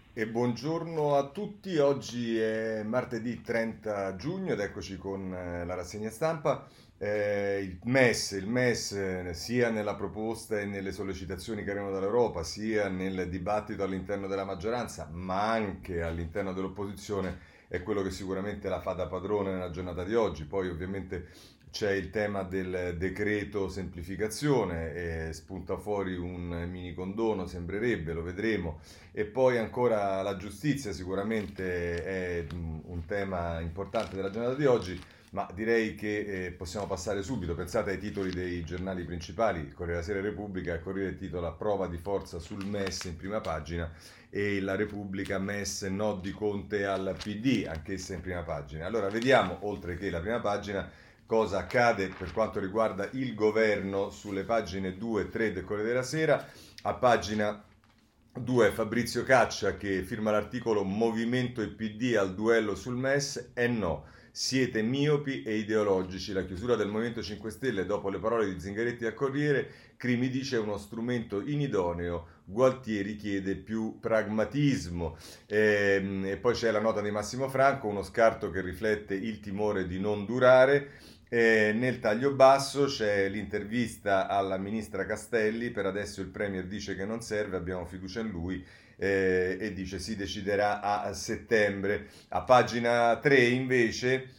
E buongiorno a tutti, oggi è martedì 30 giugno ed eccoci con la rassegna stampa. Il MES, sia nella proposta e nelle sollecitazioni che arrivano dall'Europa, sia nel dibattito all'interno della maggioranza, ma anche all'interno dell'opposizione, è quello che sicuramente la fa da padrone nella giornata di oggi. Poi ovviamente c'è il tema del decreto semplificazione, spunta fuori un mini condono, sembrerebbe, lo vedremo. E poi ancora la giustizia sicuramente è un tema importante della giornata di oggi, ma direi che possiamo passare subito. Pensate ai titoli dei giornali principali, il Corriere della Sera e Repubblica, il Corriere titola prova di forza sul MES in prima pagina e la Repubblica MES no di Conte al PD, anch'essa in prima pagina. Allora vediamo, oltre che la prima pagina, cosa accade per quanto riguarda il governo sulle pagine 2 e 3 del Corriere della Sera. A pagina 2 Fabrizio Caccia che firma l'articolo Movimento e PD al duello sul MES e no, siete miopi e ideologici. La chiusura del Movimento 5 Stelle dopo le parole di Zingaretti al Corriere, Crimi dice è uno strumento inidoneo, Gualtieri chiede più pragmatismo. E poi c'è la nota di Massimo Franco, uno scarto che riflette il timore di non durare. Nel taglio basso c'è l'intervista alla ministra Castelli, per adesso il Premier dice che non serve, abbiamo fiducia in lui e dice si deciderà a settembre. A pagina 3 invece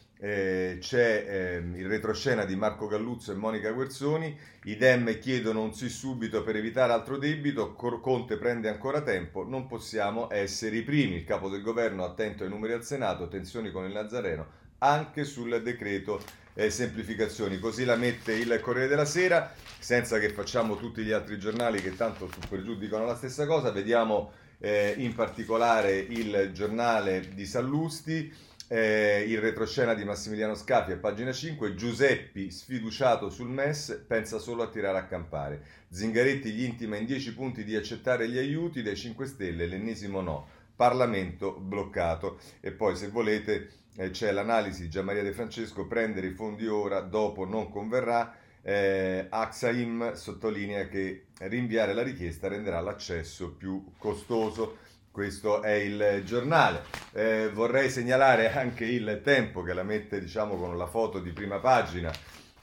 c'è il retroscena di Marco Galluzzo e Monica Guerzoni, i Dem chiedono un sì subito per evitare altro debito, Conte prende ancora tempo, non possiamo essere i primi, il capo del governo attento ai numeri al Senato, tensioni con il Nazareno anche sul decreto semplificazioni. Così la mette il Corriere della Sera, senza che facciamo tutti gli altri giornali che tanto su per giù dicono la stessa cosa. Vediamo in particolare il giornale di Sallusti, il retroscena di Massimiliano Scafi a pagina 5, Giuseppi sfiduciato sul MES, pensa solo a tirare a campare. Zingaretti gli intima in 10 punti di accettare gli aiuti dai 5 Stelle, l'ennesimo no. Parlamento bloccato. E poi se volete c'è l'analisi di Gianmaria De Francesco, prendere i fondi ora, dopo non converrà. Axaim sottolinea che rinviare la richiesta renderà l'accesso più costoso. Questo è il giornale. Vorrei segnalare anche il Tempo che la mette diciamo con la foto di prima pagina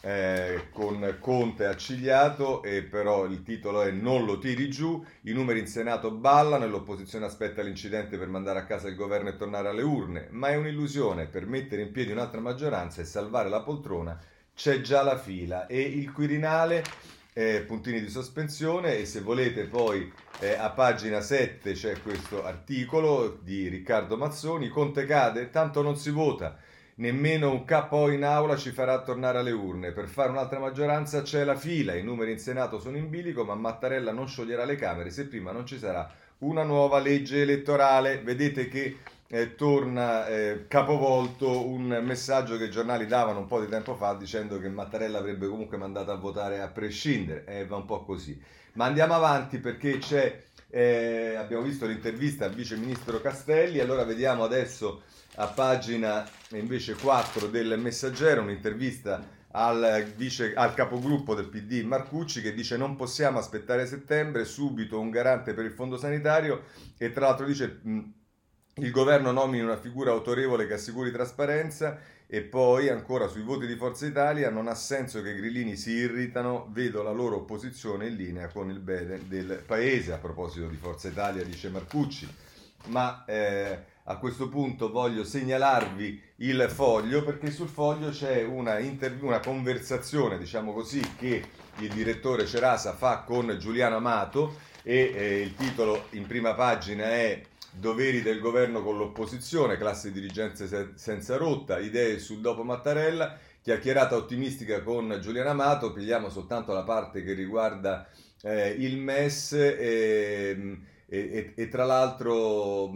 con Conte accigliato, e però il titolo è non lo tiri giù, i numeri in Senato ballano e l'opposizione aspetta l'incidente per mandare a casa il governo e tornare alle urne, ma è un'illusione, per mettere in piedi un'altra maggioranza e salvare la poltrona c'è già la fila. E il Quirinale, puntini di sospensione. E se volete poi a pagina 7 c'è questo articolo di Riccardo Mazzoni, Conte cade, tanto non si vota. Nemmeno un KO in aula ci farà tornare alle urne. Per fare un'altra maggioranza c'è la fila. I numeri in Senato sono in bilico, ma Mattarella non scioglierà le Camere se prima non ci sarà una nuova legge elettorale. Vedete che torna capovolto un messaggio che i giornali davano un po' di tempo fa dicendo che Mattarella avrebbe comunque mandato a votare a prescindere. Va un po' così. Ma andiamo avanti perché abbiamo visto l'intervista al vice ministro Castelli, allora vediamo adesso a pagina invece 4 del Messaggero un'intervista al capogruppo del PD Marcucci, che dice non possiamo aspettare settembre, subito un garante per il fondo sanitario. E tra l'altro dice il governo nomini una figura autorevole che assicuri trasparenza. E poi ancora sui voti di Forza Italia, non ha senso che i grillini si irritano, vedo la loro opposizione in linea con il bene del paese. A proposito di Forza Italia dice Marcucci. Ma a questo punto voglio segnalarvi il foglio, perché sul foglio c'è una conversazione, diciamo così, che il direttore Cerasa fa con Giuliano Amato. E il titolo in prima pagina è Doveri del governo con l'opposizione, classe dirigente senza rotta, idee sul dopo Mattarella, chiacchierata ottimistica con Giuliano Amato. Pigliamo soltanto la parte che riguarda il MES e tra l'altro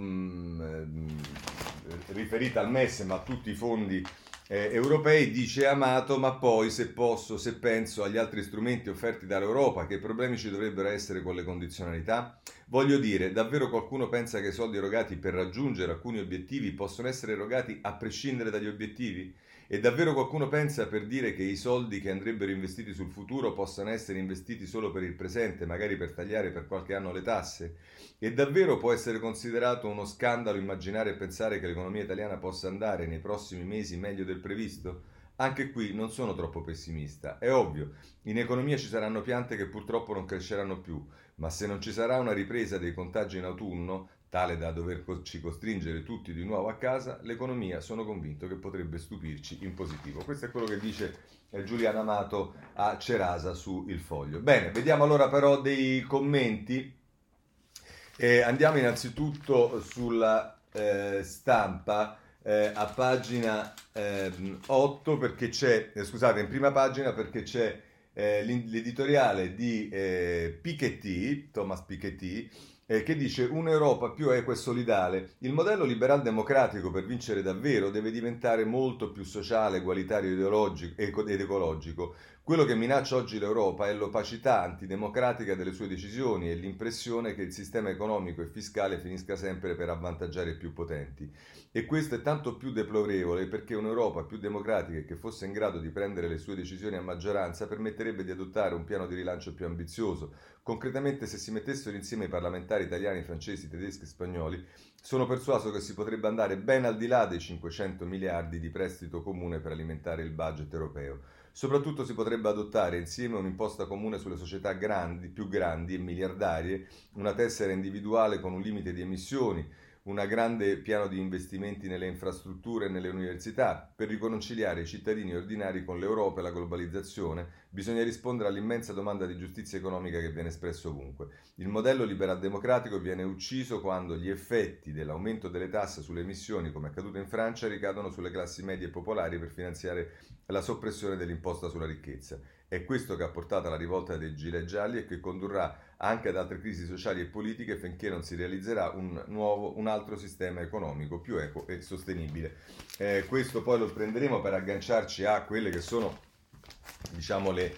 riferita al MES ma a tutti i fondi europei. Dice Amato, ma poi se posso, se penso agli altri strumenti offerti dall'Europa, che problemi ci dovrebbero essere con le condizionalità? Voglio dire, davvero qualcuno pensa che i soldi erogati per raggiungere alcuni obiettivi possono essere erogati a prescindere dagli obiettivi? E davvero qualcuno pensa per dire che i soldi che andrebbero investiti sul futuro possano essere investiti solo per il presente, magari per tagliare per qualche anno le tasse? E davvero può essere considerato uno scandalo immaginare e pensare che l'economia italiana possa andare nei prossimi mesi meglio del previsto? Anche qui non sono troppo pessimista. È ovvio, in economia ci saranno piante che purtroppo non cresceranno più, ma se non ci sarà una ripresa dei contagi in autunno, tale da doverci costringere tutti di nuovo a casa, l'economia sono convinto che potrebbe stupirci in positivo. Questo è quello che dice Giuliano Amato a Cerasa su Il Foglio. Bene, vediamo allora però dei commenti. Andiamo innanzitutto sulla stampa a pagina 8 perché c'è, scusate, in prima pagina perché c'è l'editoriale di Piketty, Thomas Piketty, che dice un'Europa più equa e solidale. Il modello liberal democratico per vincere davvero deve diventare molto più sociale, egualitario ed ecologico. Quello che minaccia oggi l'Europa è l'opacità antidemocratica delle sue decisioni e l'impressione che il sistema economico e fiscale finisca sempre per avvantaggiare i più potenti. E questo è tanto più deplorevole perché un'Europa più democratica e che fosse in grado di prendere le sue decisioni a maggioranza permetterebbe di adottare un piano di rilancio più ambizioso. Concretamente, se si mettessero insieme i parlamentari italiani, francesi, tedeschi e spagnoli, sono persuaso che si potrebbe andare ben al di là dei 500 miliardi di prestito comune per alimentare il budget europeo. Soprattutto si potrebbe adottare insieme un'imposta comune sulle società più grandi e miliardarie, una tessera individuale con un limite di emissioni, un grande piano di investimenti nelle infrastrutture e nelle università. Per riconciliare i cittadini ordinari con l'Europa e la globalizzazione bisogna rispondere all'immensa domanda di giustizia economica che viene espressa ovunque. Il modello liberal-democratico viene ucciso quando gli effetti dell'aumento delle tasse sulle emissioni, come è accaduto in Francia, ricadono sulle classi medie e popolari per finanziare la soppressione dell'imposta sulla ricchezza. È questo che ha portato alla rivolta dei gilet gialli e che condurrà anche ad altre crisi sociali e politiche finché non si realizzerà un altro sistema economico più equo e sostenibile. Questo poi lo prenderemo per agganciarci a quelle che sono, diciamo, le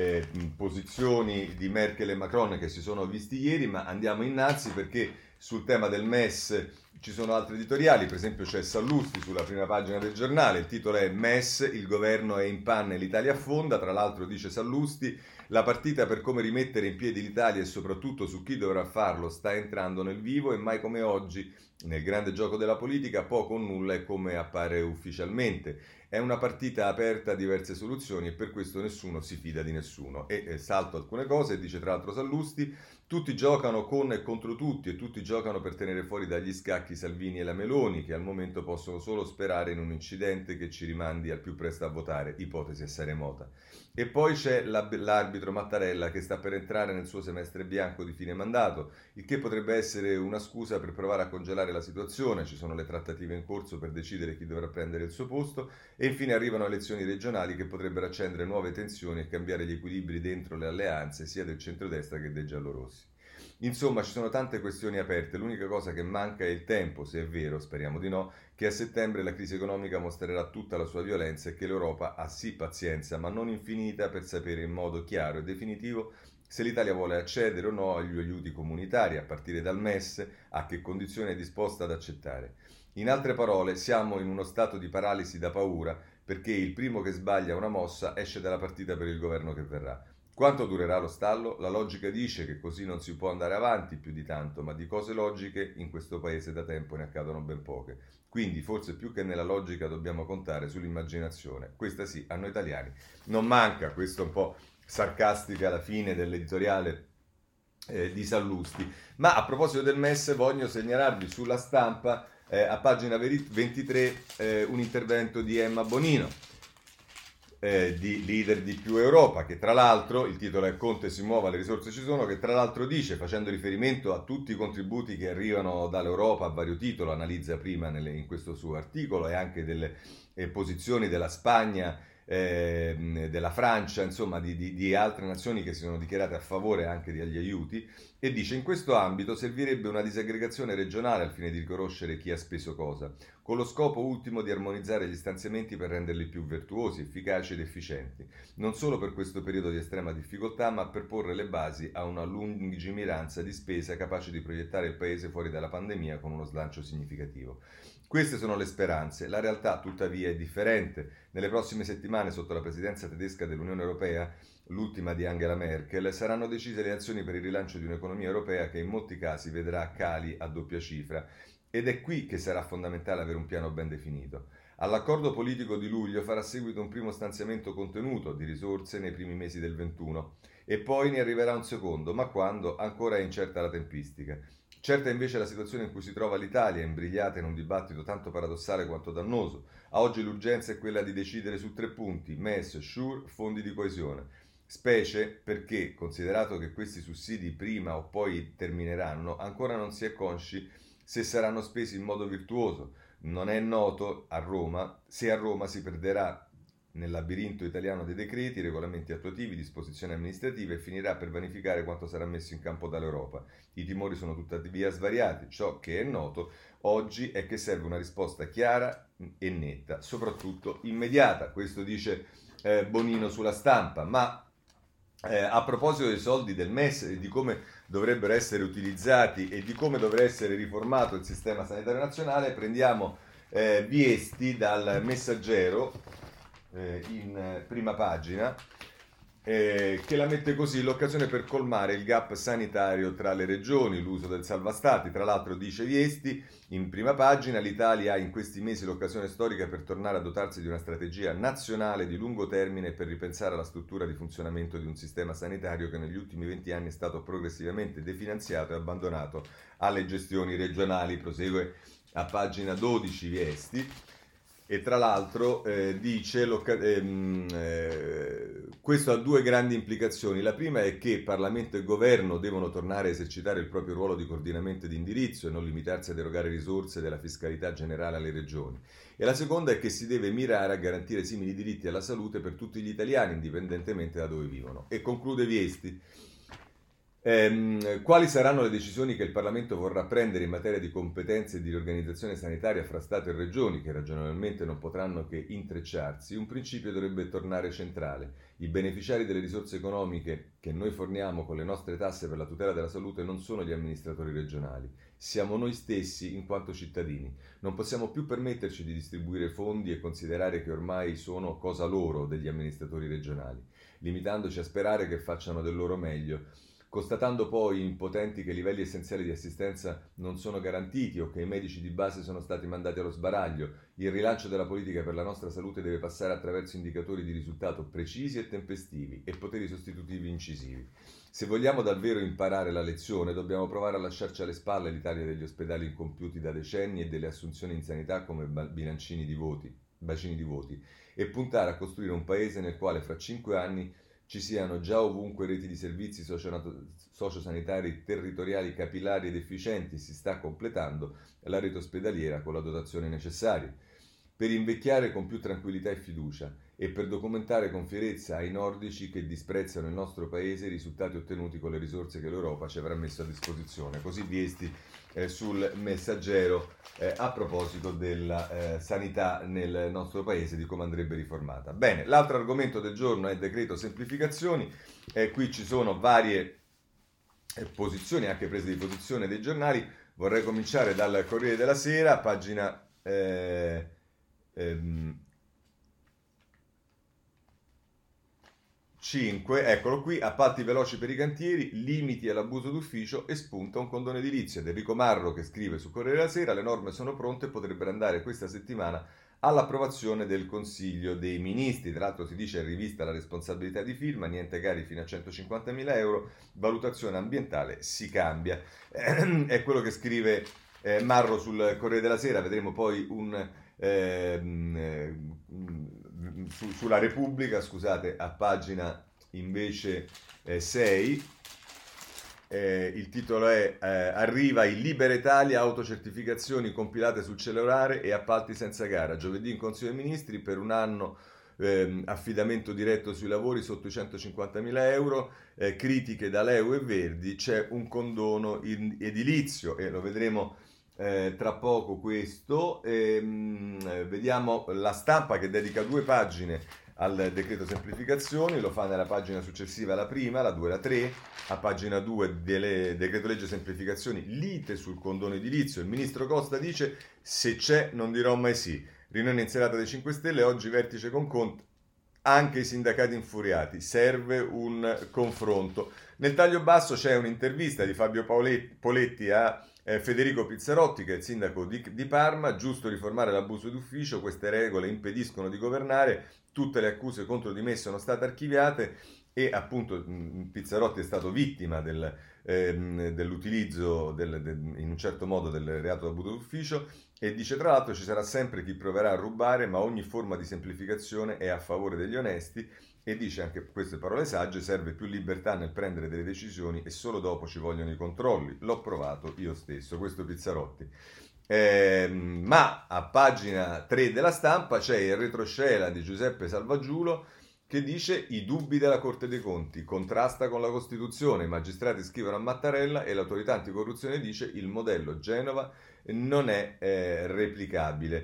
posizioni di Merkel e Macron che si sono visti ieri, ma andiamo innanzi perché sul tema del MES ci sono altri editoriali, per esempio c'è Sallusti sulla prima pagina del giornale, il titolo è MES, il governo è in panne e l'Italia affonda, tra l'altro dice Sallusti, la partita per come rimettere in piedi l'Italia e soprattutto su chi dovrà farlo sta entrando nel vivo e mai come oggi nel grande gioco della politica poco o nulla è come appare ufficialmente. È una partita aperta a diverse soluzioni e per questo nessuno si fida di nessuno. E salto alcune cose, dice tra l'altro Sallusti, tutti giocano con e contro tutti e tutti giocano per tenere fuori dagli scacchi Salvini e la Meloni che al momento possono solo sperare in un incidente che ci rimandi al più presto a votare, ipotesi assai remota. E poi c'è l'arbitro Mattarella che sta per entrare nel suo semestre bianco di fine mandato, il che potrebbe essere una scusa per provare a congelare la situazione, ci sono le trattative in corso per decidere chi dovrà prendere il suo posto e infine arrivano elezioni regionali che potrebbero accendere nuove tensioni e cambiare gli equilibri dentro le alleanze sia del centrodestra che dei giallorossi. Insomma, ci sono tante questioni aperte, l'unica cosa che manca è il tempo, se è vero, speriamo di no, che a settembre la crisi economica mostrerà tutta la sua violenza e che l'Europa ha sì pazienza, ma non infinita per sapere in modo chiaro e definitivo se l'Italia vuole accedere o no agli aiuti comunitari, a partire dal MES, a che condizioni è disposta ad accettare. In altre parole, siamo in uno stato di paralisi da paura perché il primo che sbaglia una mossa esce dalla partita per il governo che verrà. Quanto durerà lo stallo? La logica dice che così non si può andare avanti più di tanto, ma di cose logiche in questo paese da tempo ne accadono ben poche. Quindi forse più che nella logica dobbiamo contare sull'immaginazione. Questa sì, a noi italiani non manca, questo è un po' sarcastica alla fine dell'editoriale di Sallusti. Ma a proposito del MES voglio segnalarvi sulla stampa a pagina 23 un intervento di Emma Bonino, di leader di Più Europa, che tra l'altro, il titolo è Conte si muova, le risorse ci sono, che tra l'altro dice, facendo riferimento a tutti i contributi che arrivano dall'Europa a vario titolo, analizza prima in questo suo articolo e anche delle posizioni della Spagna, della Francia, insomma di altre nazioni che si sono dichiarate a favore anche degli aiuti, e dice in questo ambito servirebbe una disaggregazione regionale al fine di riconoscere chi ha speso cosa, con lo scopo ultimo di armonizzare gli stanziamenti per renderli più virtuosi, efficaci ed efficienti, non solo per questo periodo di estrema difficoltà, ma per porre le basi a una lungimiranza di spesa capace di proiettare il Paese fuori dalla pandemia con uno slancio significativo. Queste sono le speranze, la realtà tuttavia è differente. Nelle prossime settimane, sotto la presidenza tedesca dell'Unione Europea, l'ultima di Angela Merkel, saranno decise le azioni per il rilancio di un'economia europea che in molti casi vedrà cali a doppia cifra. Ed è qui che sarà fondamentale avere un piano ben definito. All'accordo politico di luglio farà seguito un primo stanziamento contenuto di risorse nei primi mesi del 21 e poi ne arriverà un secondo, ma quando ancora è incerta la tempistica. Certa è invece la situazione in cui si trova l'Italia, imbrigliata in un dibattito tanto paradossale quanto dannoso. A oggi l'urgenza è quella di decidere su 3 punti: MES, SURE, fondi di coesione. Specie perché, considerato che questi sussidi prima o poi termineranno, ancora non si è consci se saranno spesi in modo virtuoso. Non è noto a Roma se a Roma si perderà nel labirinto italiano dei decreti, regolamenti attuativi, disposizioni amministrative e finirà per vanificare quanto sarà messo in campo dall'Europa. I timori sono tuttavia svariati. Ciò che è noto oggi è che serve una risposta chiara e netta, soprattutto immediata. Questo dice Bonino sulla Stampa. Ma a proposito dei soldi del MES e di come dovrebbero essere utilizzati e di come dovrà essere riformato il sistema sanitario nazionale, prendiamo Viesti dal Messaggero in prima pagina, che la mette così: l'occasione per colmare il gap sanitario tra le regioni, l'uso del salvastati. Tra l'altro, dice Viesti in prima pagina, l'Italia ha in questi mesi l'occasione storica per tornare a dotarsi di una strategia nazionale di lungo termine per ripensare alla struttura di funzionamento di un sistema sanitario che negli ultimi 20 anni è stato progressivamente definanziato e abbandonato alle gestioni regionali. Prosegue a pagina 12 Viesti. E tra l'altro dice questo ha due grandi implicazioni. La prima è che Parlamento e Governo devono tornare a esercitare il proprio ruolo di coordinamento e di indirizzo e non limitarsi ad erogare risorse della fiscalità generale alle regioni. E la seconda è che si deve mirare a garantire simili diritti alla salute per tutti gli italiani, indipendentemente da dove vivono. E conclude Viesti. Quali saranno le decisioni che il Parlamento vorrà prendere in materia di competenze e di riorganizzazione sanitaria fra Stato e Regioni, che ragionevolmente non potranno che intrecciarsi? Un principio dovrebbe tornare centrale: i beneficiari delle risorse economiche che noi forniamo con le nostre tasse per la tutela della salute non sono gli amministratori regionali, siamo noi stessi in quanto cittadini. Non possiamo più permetterci di distribuire fondi e considerare che ormai sono cosa loro degli amministratori regionali, limitandoci a sperare che facciano del loro meglio, constatando poi impotenti che i livelli essenziali di assistenza non sono garantiti o che i medici di base sono stati mandati allo sbaraglio. Il rilancio della politica per la nostra salute deve passare attraverso indicatori di risultato precisi e tempestivi e poteri sostitutivi incisivi. Se vogliamo davvero imparare la lezione, dobbiamo provare a lasciarci alle spalle l'Italia degli ospedali incompiuti da decenni e delle assunzioni in sanità come bacini di voti, e puntare a costruire un paese nel quale fra 5 anni ci siano già ovunque reti di servizi sociosanitari territoriali capillari ed efficienti. Si sta completando la rete ospedaliera con la dotazione necessaria per invecchiare con più tranquillità e fiducia e per documentare con fierezza ai nordici che disprezzano il nostro paese i risultati ottenuti con le risorse che l'Europa ci avrà messo a disposizione. Così Viesti sul Messaggero a proposito della sanità nel nostro paese, di come andrebbe riformata. Bene, l'altro argomento del giorno è il decreto semplificazioni. Qui ci sono varie posizioni, anche prese di posizione dei giornali. Vorrei cominciare dal Corriere della Sera, pagina 5, eccolo qui: appalti veloci per i cantieri, limiti all'abuso d'ufficio e spunta un condono edilizio. Ed Enrico Marro che scrive su Corriere della Sera: le norme sono pronte e potrebbero andare questa settimana all'approvazione del Consiglio dei Ministri. Tra l'altro si dice: è rivista la responsabilità di firma, niente cari fino a 150.000 euro, valutazione ambientale si cambia. È quello che scrive Marro sul Corriere della Sera. Vedremo poi sulla Repubblica, scusate, a pagina invece 6, il titolo è arriva il Libera Italia, autocertificazioni compilate sul cellulare e appalti senza gara. Giovedì in Consiglio dei Ministri per un anno affidamento diretto sui lavori sotto i 150.000 euro, critiche da Leu e Verdi, c'è un condono edilizio e lo vedremo tra poco questo. Vediamo La Stampa che dedica 2 pagine al decreto semplificazioni, lo fa nella pagina successiva alla prima, la 2 e la 3, a pagina 2 decreto legge semplificazioni, lite sul condono edilizio. Il ministro Costa dice: se c'è non dirò mai sì. Riunione in serata dei 5 Stelle, oggi vertice con Conte, anche i sindacati infuriati, serve un confronto. Nel taglio basso c'è un'intervista di Fabio Poletti a Federico Pizzarotti, che è il sindaco di Parma. Giusto riformare l'abuso d'ufficio, queste regole impediscono di governare, tutte le accuse contro di me sono state archiviate e appunto Pizzarotti è stato vittima dell'utilizzo in un certo modo del reato d'abuso d'ufficio e dice tra l'altro ci sarà sempre chi proverà a rubare, ma ogni forma di semplificazione è a favore degli onesti e dice anche queste parole sagge: serve più libertà nel prendere delle decisioni e solo dopo ci vogliono i controlli. L'ho provato io stesso, questo Pizzarotti. Ma a pagina 3 della Stampa c'è il retroscena di Giuseppe Salvaggiulo che dice i dubbi della Corte dei Conti, contrasta con la Costituzione, i magistrati scrivono a Mattarella e l'autorità anticorruzione dice il modello Genova non è replicabile.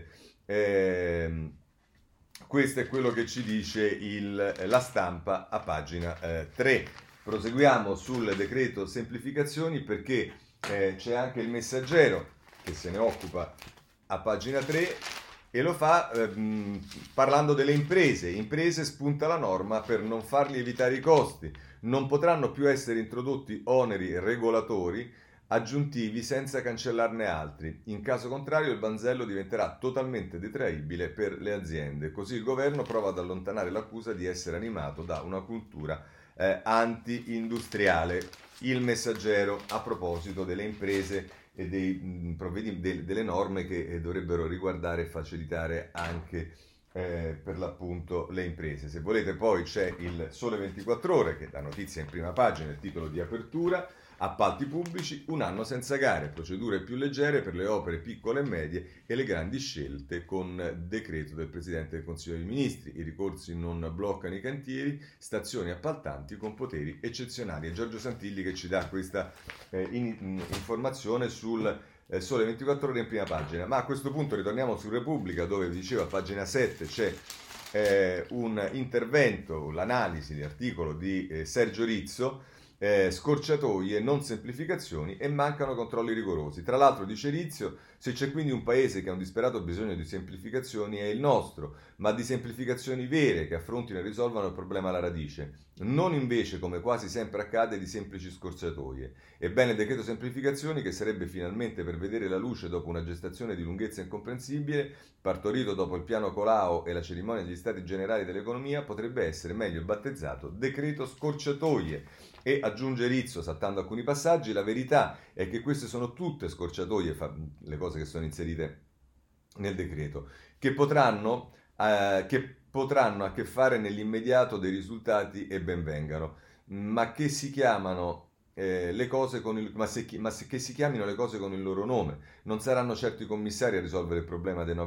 Questo è quello che ci dice la Stampa a pagina 3. Proseguiamo sul decreto semplificazioni perché c'è anche il Messaggero che se ne occupa a pagina 3 e lo fa parlando delle imprese. Imprese spunta la norma per non fargli evitare i costi. Non potranno più essere introdotti oneri regolatori aggiuntivi senza cancellarne altri. In caso contrario il banzello diventerà totalmente detraibile per le aziende. Così il governo prova ad allontanare l'accusa di essere animato da una cultura anti-industriale. Il Messaggero a proposito delle imprese e delle norme che dovrebbero riguardare e facilitare anche per l'appunto le imprese. Se volete poi c'è il Sole 24 Ore che dà notizia in prima pagina, il titolo di apertura: appalti pubblici, un anno senza gare, procedure più leggere per le opere piccole e medie e le grandi scelte con decreto del Presidente del Consiglio dei Ministri. I ricorsi non bloccano i cantieri, stazioni appaltanti con poteri eccezionali. È Giorgio Santilli che ci dà questa informazione sul Sole 24 Ore in prima pagina. Ma a questo punto ritorniamo su Repubblica, dove vi dicevo a pagina 7 c'è un intervento, l'analisi, l'articolo di Sergio Rizzo. Scorciatoie, non semplificazioni e mancano controlli rigorosi. Tra l'altro, dice Rizio, se c'è quindi un paese che ha un disperato bisogno di semplificazioni è il nostro, ma di semplificazioni vere che affrontino e risolvano il problema alla radice, non invece, come quasi sempre accade, di semplici scorciatoie. Ebbene, il decreto semplificazioni, che sarebbe finalmente per vedere la luce dopo una gestazione di lunghezza incomprensibile, partorito dopo il piano Colao e la cerimonia degli stati generali dell'economia, potrebbe essere meglio battezzato decreto scorciatoie. E aggiunge Rizzo, saltando alcuni passaggi, la verità è che queste sono tutte scorciatoie, le cose che sono inserite nel decreto, che potranno a che fare nell'immediato dei risultati e ben vengano, ma che si chiamano le cose con il, che si chiamino le cose con il loro nome. Non saranno certo i commissari a risolvere il problema dei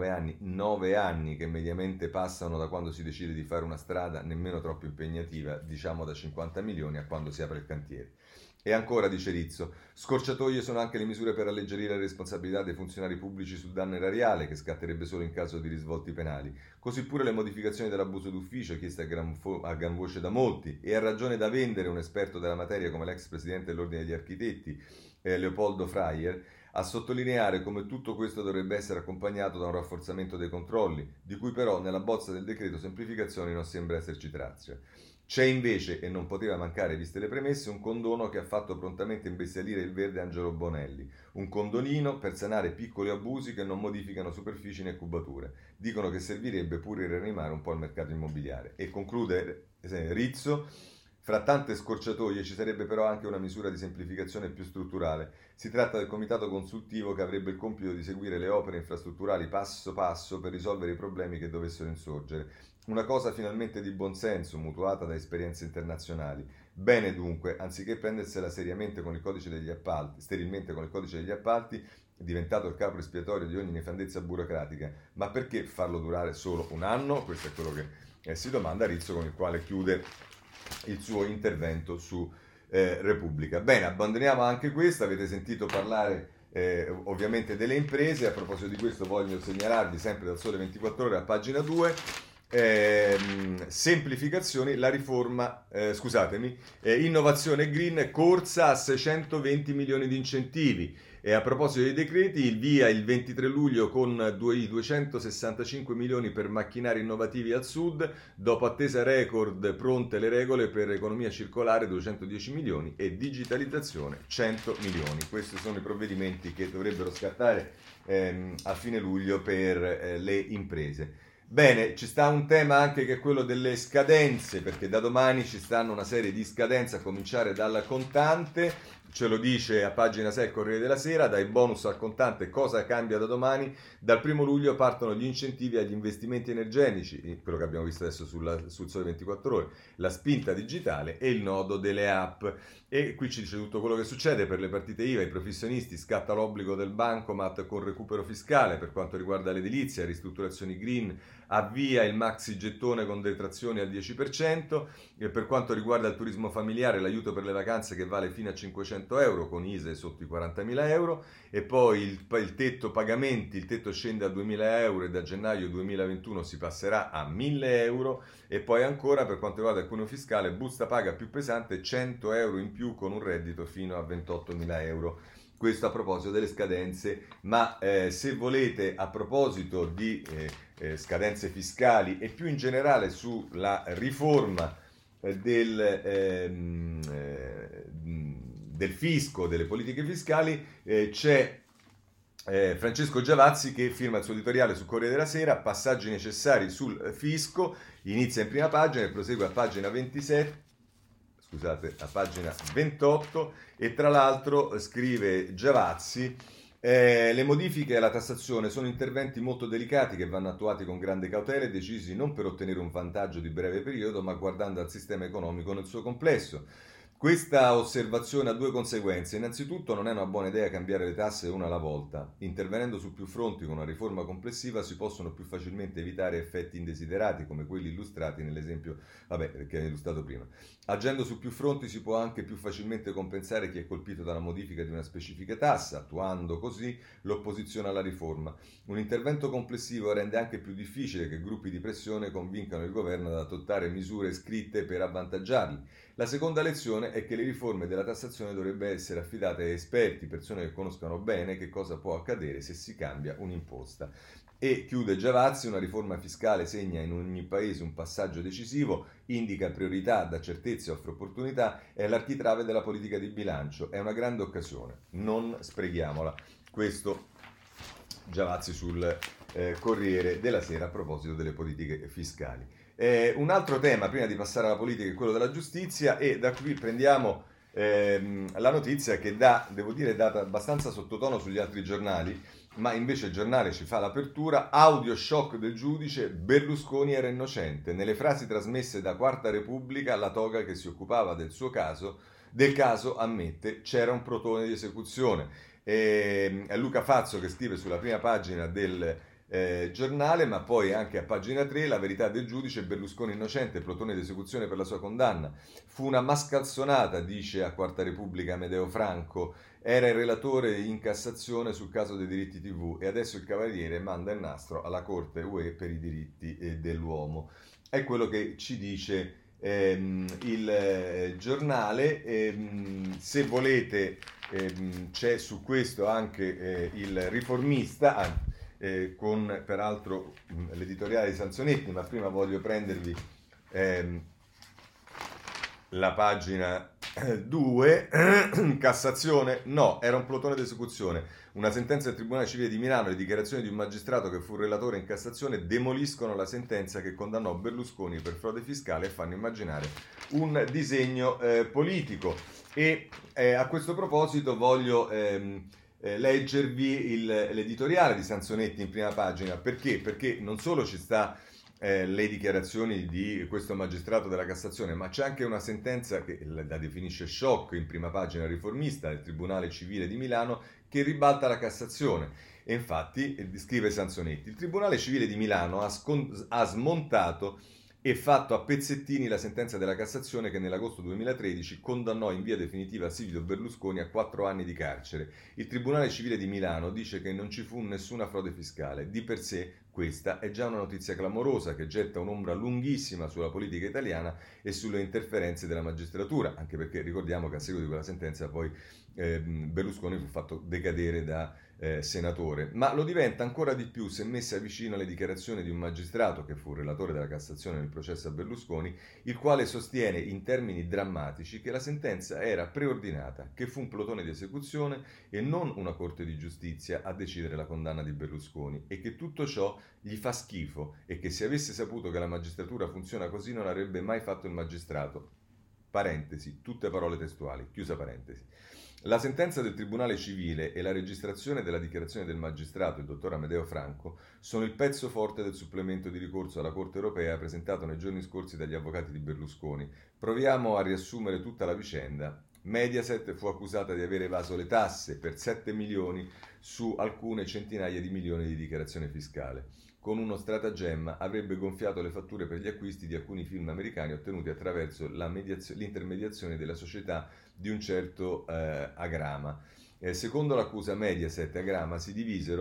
9 anni che mediamente passano da quando si decide di fare una strada nemmeno troppo impegnativa, diciamo da 50 milioni a quando si apre il cantiere. E ancora, dice Rizzo, scorciatoie sono anche le misure per alleggerire la responsabilità dei funzionari pubblici sul danno erariale, che scatterebbe solo in caso di risvolti penali. Così pure le modificazioni dell'abuso d'ufficio, chieste a gran voce da molti, e a ragione da vendere un esperto della materia come l'ex presidente dell'Ordine degli Architetti, Leopoldo Fraier, a sottolineare come tutto questo dovrebbe essere accompagnato da un rafforzamento dei controlli, di cui però nella bozza del decreto semplificazioni non sembra esserci traccia. C'è invece, e non poteva mancare viste le premesse, un condono che ha fatto prontamente imbestialire il verde Angelo Bonelli. Un condonino per sanare piccoli abusi che non modificano superfici né cubature. Dicono che servirebbe pure rianimare un po' il mercato immobiliare. E conclude Rizzo, fra tante scorciatoie ci sarebbe però anche una misura di semplificazione più strutturale. Si tratta del comitato consultivo che avrebbe il compito di seguire le opere infrastrutturali passo passo per risolvere i problemi che dovessero insorgere. Una cosa finalmente di buonsenso, mutuata da esperienze internazionali. Bene dunque, anziché prendersela seriamente con il codice degli appalti, sterilmente con il codice degli appalti, diventato il capro espiatorio di ogni nefandezza burocratica, ma perché farlo durare solo un anno? Questo è quello che si domanda Rizzo, con il quale chiude il suo intervento su Repubblica. Bene, abbandoniamo anche questo, avete sentito parlare ovviamente delle imprese. A proposito di questo voglio segnalarvi sempre dal Sole 24 Ore a pagina 2 semplificazioni, la riforma, innovazione green, corsa a 620 milioni di incentivi. E a proposito dei decreti, il via il 23 luglio con i 265 milioni per macchinari innovativi al sud, dopo attesa record pronte le regole per economia circolare 210 milioni e digitalizzazione 100 milioni. Questi sono i provvedimenti che dovrebbero scattare a fine luglio per le imprese. Bene, ci sta un tema anche che è quello delle scadenze, perché da domani ci stanno una serie di scadenze, a cominciare dal contante. Ce lo dice a pagina 6 il Corriere della Sera, dai bonus al contante cosa cambia da domani? Dal 1 luglio partono gli incentivi agli investimenti energetici, quello che abbiamo visto adesso sul Sole 24 Ore, la spinta digitale e il nodo delle app. E qui ci dice tutto quello che succede per le partite IVA, i professionisti, scatta l'obbligo del bancomat con recupero fiscale per quanto riguarda l'edilizia, ristrutturazioni green, avvia il maxi gettone con detrazioni al 10%, e per quanto riguarda il turismo familiare l'aiuto per le vacanze che vale fino a 500 euro con ISEE sotto i 40.000 euro, e poi il tetto pagamenti, il tetto scende a 2.000 euro e da gennaio 2021 si passerà a 1.000 euro, e poi ancora per quanto riguarda il cuneo fiscale, busta paga più pesante, 100 euro in più con un reddito fino a 28.000 euro. Questo a proposito delle scadenze, ma se volete, a proposito di scadenze fiscali e più in generale sulla riforma del fisco, delle politiche fiscali, c'è Francesco Giavazzi che firma il suo editoriale sul Corriere della Sera, passaggi necessari sul fisco, inizia in prima pagina e prosegue a pagina 27. Scusate, a pagina 28, e tra l'altro scrive Giavazzi: le modifiche alla tassazione sono interventi molto delicati che vanno attuati con grande cautela e decisi non per ottenere un vantaggio di breve periodo, ma guardando al sistema economico nel suo complesso. Questa osservazione ha due conseguenze. Innanzitutto non è una buona idea cambiare le tasse una alla volta. Intervenendo su più fronti con una riforma complessiva si possono più facilmente evitare effetti indesiderati come quelli illustrati nell'esempio che hai illustrato prima. Agendo su più fronti si può anche più facilmente compensare chi è colpito dalla modifica di una specifica tassa, attuando così l'opposizione alla riforma. Un intervento complessivo rende anche più difficile che gruppi di pressione convincano il governo ad adottare misure scritte per avvantaggiarli. La seconda lezione è che le riforme della tassazione dovrebbero essere affidate a esperti, persone che conoscano bene che cosa può accadere se si cambia un'imposta. E chiude Giavazzi: una riforma fiscale segna in ogni paese un passaggio decisivo, indica priorità, dà certezze, offre opportunità, è l'architrave della politica di bilancio, è una grande occasione, non sprechiamola. Questo Giavazzi sul Corriere della Sera a proposito delle politiche fiscali. Un altro tema, prima di passare alla politica, è quello della giustizia, e da qui prendiamo la notizia che devo dire, è data abbastanza sottotono sugli altri giornali, ma invece il giornale ci fa l'apertura: audio shock del giudice, Berlusconi era innocente. Nelle frasi trasmesse da Quarta Repubblica, la toga che si occupava del caso ammette c'era un plotone di esecuzione. È Luca Fazzo che scrive sulla prima pagina del giornale, ma poi anche a pagina 3: la verità del giudice, Berlusconi innocente, plotone di esecuzione per la sua condanna. Fu una mascalzonata, dice a Quarta Repubblica Amedeo Franco, era il relatore in Cassazione sul caso dei diritti TV e adesso il Cavaliere manda il nastro alla Corte UE per i diritti dell'uomo. È quello che ci dice il giornale. Se volete c'è su questo anche il Riformista, con peraltro l'editoriale di Sansonetti, ma prima voglio prendervi la pagina 2. Cassazione, no, era un plotone d'esecuzione. Una sentenza del Tribunale Civile di Milano e le dichiarazioni di un magistrato che fu relatore in Cassazione demoliscono la sentenza che condannò Berlusconi per frode fiscale e fanno immaginare un disegno politico. E a questo proposito voglio leggervi l'editoriale di Sansonetti in prima pagina. Perché? Perché non solo ci sta le dichiarazioni di questo magistrato della Cassazione, ma c'è anche una sentenza che la definisce shock in prima pagina, Riformista, del Tribunale Civile di Milano, che ribalta la Cassazione. E infatti, scrive Sansonetti, il Tribunale Civile di Milano ha smontato e fatto a pezzettini la sentenza della Cassazione che nell'agosto 2013 condannò in via definitiva Silvio Berlusconi a 4 anni di carcere. Il Tribunale Civile di Milano dice che non ci fu nessuna frode fiscale. Di per sé questa è già una notizia clamorosa che getta un'ombra lunghissima sulla politica italiana e sulle interferenze della magistratura, anche perché ricordiamo che a seguito di quella sentenza poi Berlusconi fu fatto decadere da senatore, ma lo diventa ancora di più se messa vicino alle dichiarazioni di un magistrato che fu relatore della Cassazione nel processo a Berlusconi, il quale sostiene in termini drammatici che la sentenza era preordinata, che fu un plotone di esecuzione e non una corte di giustizia a decidere la condanna di Berlusconi e che tutto ciò gli fa schifo e che se avesse saputo che la magistratura funziona così non avrebbe mai fatto il magistrato. Parentesi, tutte parole testuali, chiusa parentesi. La sentenza del Tribunale Civile e la registrazione della dichiarazione del magistrato, il dottor Amedeo Franco, sono il pezzo forte del supplemento di ricorso alla Corte europea presentato nei giorni scorsi dagli avvocati di Berlusconi. Proviamo a riassumere tutta la vicenda. Mediaset fu accusata di aver evaso le tasse per 7 milioni su alcune centinaia di milioni di dichiarazione fiscale. Con uno stratagemma avrebbe gonfiato le fatture per gli acquisti di alcuni film americani ottenuti attraverso l'intermediazione della società di un certo Agrama. Secondo l'accusa Mediaset e Agrama si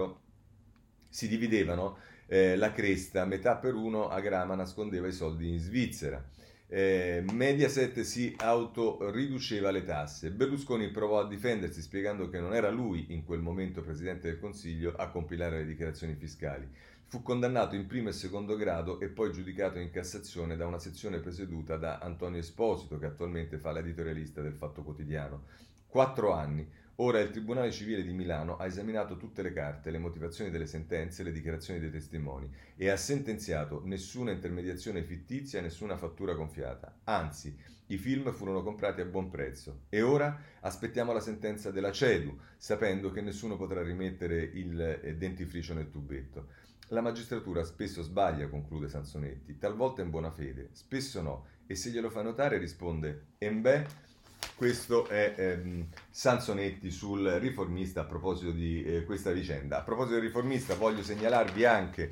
dividevano la cresta, metà per uno Agrama nascondeva i soldi in Svizzera. Mediaset si autoriduceva le tasse. Berlusconi provò a difendersi spiegando che non era lui in quel momento Presidente del Consiglio a compilare le dichiarazioni fiscali. Fu condannato in primo e secondo grado e poi giudicato in Cassazione da una sezione presieduta da Antonio Esposito, che attualmente fa l'editorialista del Fatto Quotidiano. 4 anni. Ora il Tribunale Civile di Milano ha esaminato tutte le carte, le motivazioni delle sentenze e le dichiarazioni dei testimoni e ha sentenziato nessuna intermediazione fittizia, nessuna fattura gonfiata. Anzi, i film furono comprati a buon prezzo. E ora aspettiamo la sentenza della CEDU, sapendo che nessuno potrà rimettere il dentifricio nel tubetto. La magistratura spesso sbaglia, conclude Sansonetti, talvolta in buona fede, spesso no, e se glielo fa notare risponde Embè. Questo è Sansonetti sul Riformista a proposito di questa vicenda. A proposito del Riformista voglio segnalarvi anche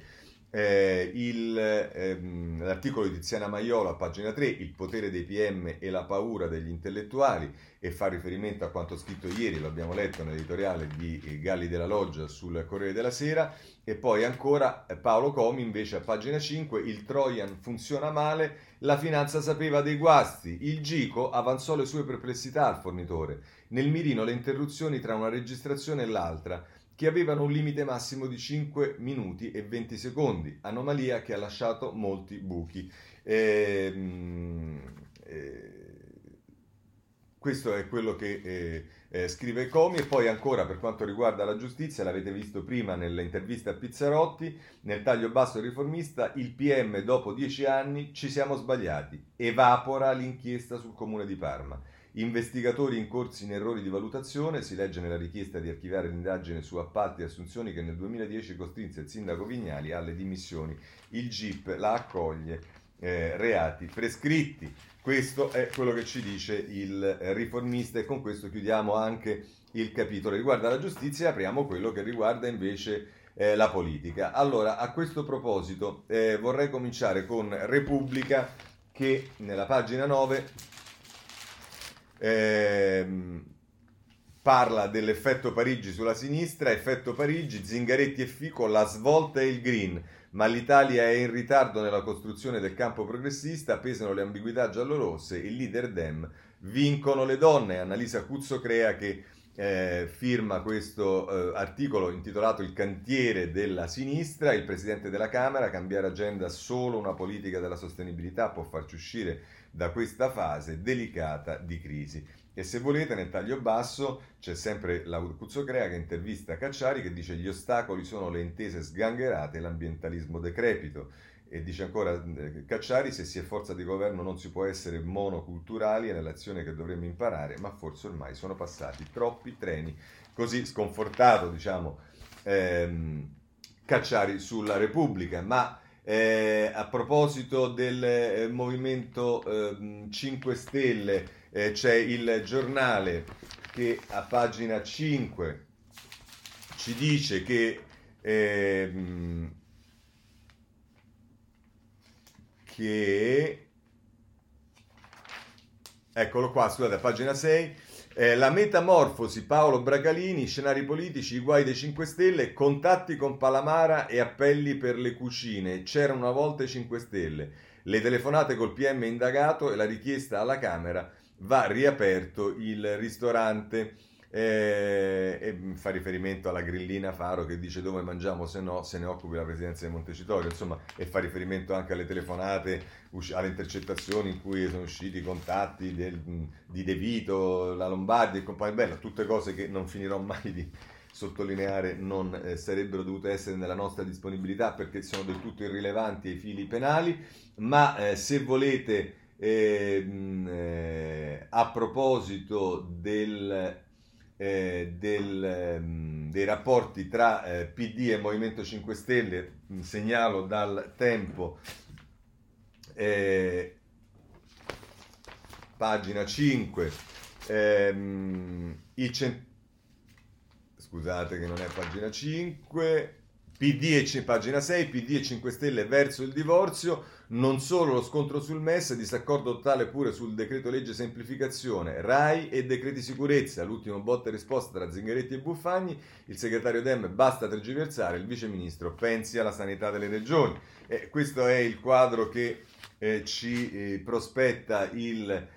l'articolo di Tiziana Maiolo a pagina 3, il potere dei PM e la paura degli intellettuali, e fa riferimento a quanto scritto ieri, lo abbiamo letto nell'editoriale di Galli della Loggia sul Corriere della Sera, e poi ancora Paolo Comi invece a pagina 5, il Trojan funziona male, la finanza sapeva dei guasti, il Gico avanzò le sue perplessità al fornitore, nel mirino le interruzioni tra una registrazione e l'altra, che avevano un limite massimo di 5 minuti e 20 secondi, anomalia che ha lasciato molti buchi. Questo è quello che scrive Comi. E poi ancora per quanto riguarda la giustizia, l'avete visto prima nell'intervista a Pizzarotti, nel taglio basso del Riformista, il PM dopo 10 anni ci siamo sbagliati, evapora l'inchiesta sul comune di Parma. Investigatori incorsi in errori di valutazione, si legge nella richiesta di archiviare l'indagine su appalti e assunzioni che nel 2010 costrinse il sindaco Vignali alle dimissioni. Il GIP la accoglie, reati prescritti. Questo è quello che ci dice il Riformista e con questo chiudiamo anche il capitolo riguardo alla giustizia e apriamo quello che riguarda invece la politica. Allora, a questo proposito vorrei cominciare con Repubblica che nella pagina 9 parla dell'effetto Parigi sulla sinistra. Effetto Parigi, Zingaretti e Fico, la svolta e il green, ma l'Italia è in ritardo nella costruzione del campo progressista, pesano le ambiguità giallorosse, il leader Dem, vincono le donne. Annalisa Cuzzo Crea che firma questo articolo intitolato Il cantiere della sinistra, il presidente della Camera, cambiare agenda, solo una politica della sostenibilità può farci uscire da questa fase delicata di crisi. E se volete nel taglio basso c'è sempre la Cuzzo Crea che intervista Cacciari che dice gli ostacoli sono le intese sgangherate e l'ambientalismo decrepito. E dice ancora Cacciari, se si è forza di governo non si può essere monoculturali, è nell'azione che dovremmo imparare, ma forse ormai sono passati troppi treni. Così sconfortato, diciamo, Cacciari sulla Repubblica. Ma a proposito del Movimento 5 Stelle, c'è il Giornale che a pagina 5 ci dice che che... Eccolo qua, scusate, a pagina 6. La metamorfosi, Paolo Bracalini, scenari politici, i guai dei 5 Stelle, contatti con Palamara e appelli per le cucine. C'era una volta i 5 Stelle. Le telefonate col PM indagato e la richiesta alla Camera, va riaperto il ristorante. E fa riferimento alla grillina Faro che dice dove mangiamo se no se ne occupi la presidenza di Montecitorio, insomma, e fa riferimento anche alle telefonate, alle intercettazioni in cui sono usciti i contatti di De Vito, la Lombardi e compagnia bella, tutte cose che non finirò mai di sottolineare non sarebbero dovute essere nella nostra disponibilità perché sono del tutto irrilevanti ai fili penali, ma se volete a proposito dei rapporti tra PD e Movimento 5 Stelle, segnalo dal Tempo, pagina 5, scusate che non è pagina 5, pagina 6, PD e 5 Stelle verso il divorzio, non solo lo scontro sul MES, disaccordo totale pure sul decreto legge semplificazione, RAI e decreti sicurezza, l'ultimo botta e risposta tra Zingaretti e Buffagni, il segretario Dem basta tergiversare, il vice ministro pensi alla sanità delle regioni. Questo è il quadro che ci prospetta il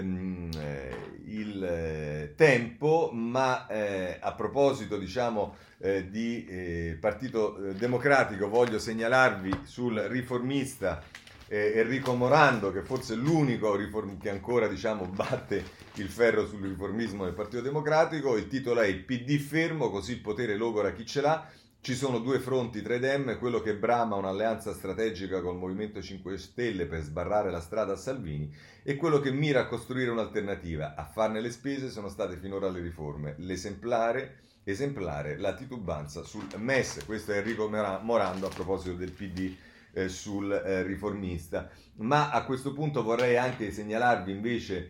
Tempo, ma a proposito diciamo di Partito Democratico voglio segnalarvi sul riformista Enrico Morando, che forse è l'unico che ancora diciamo batte il ferro sul riformismo del Partito Democratico. Il titolo è "Il PD fermo, così il potere logora chi ce l'ha". Ci sono due fronti tra i Dem, quello che brama un'alleanza strategica col Movimento 5 Stelle per sbarrare la strada a Salvini e quello che mira a costruire un'alternativa. A farne le spese sono state finora le riforme. Esemplare la titubanza sul MES. Questo è Enrico Morando a proposito del PD sul riformista. Ma a questo punto vorrei anche segnalarvi invece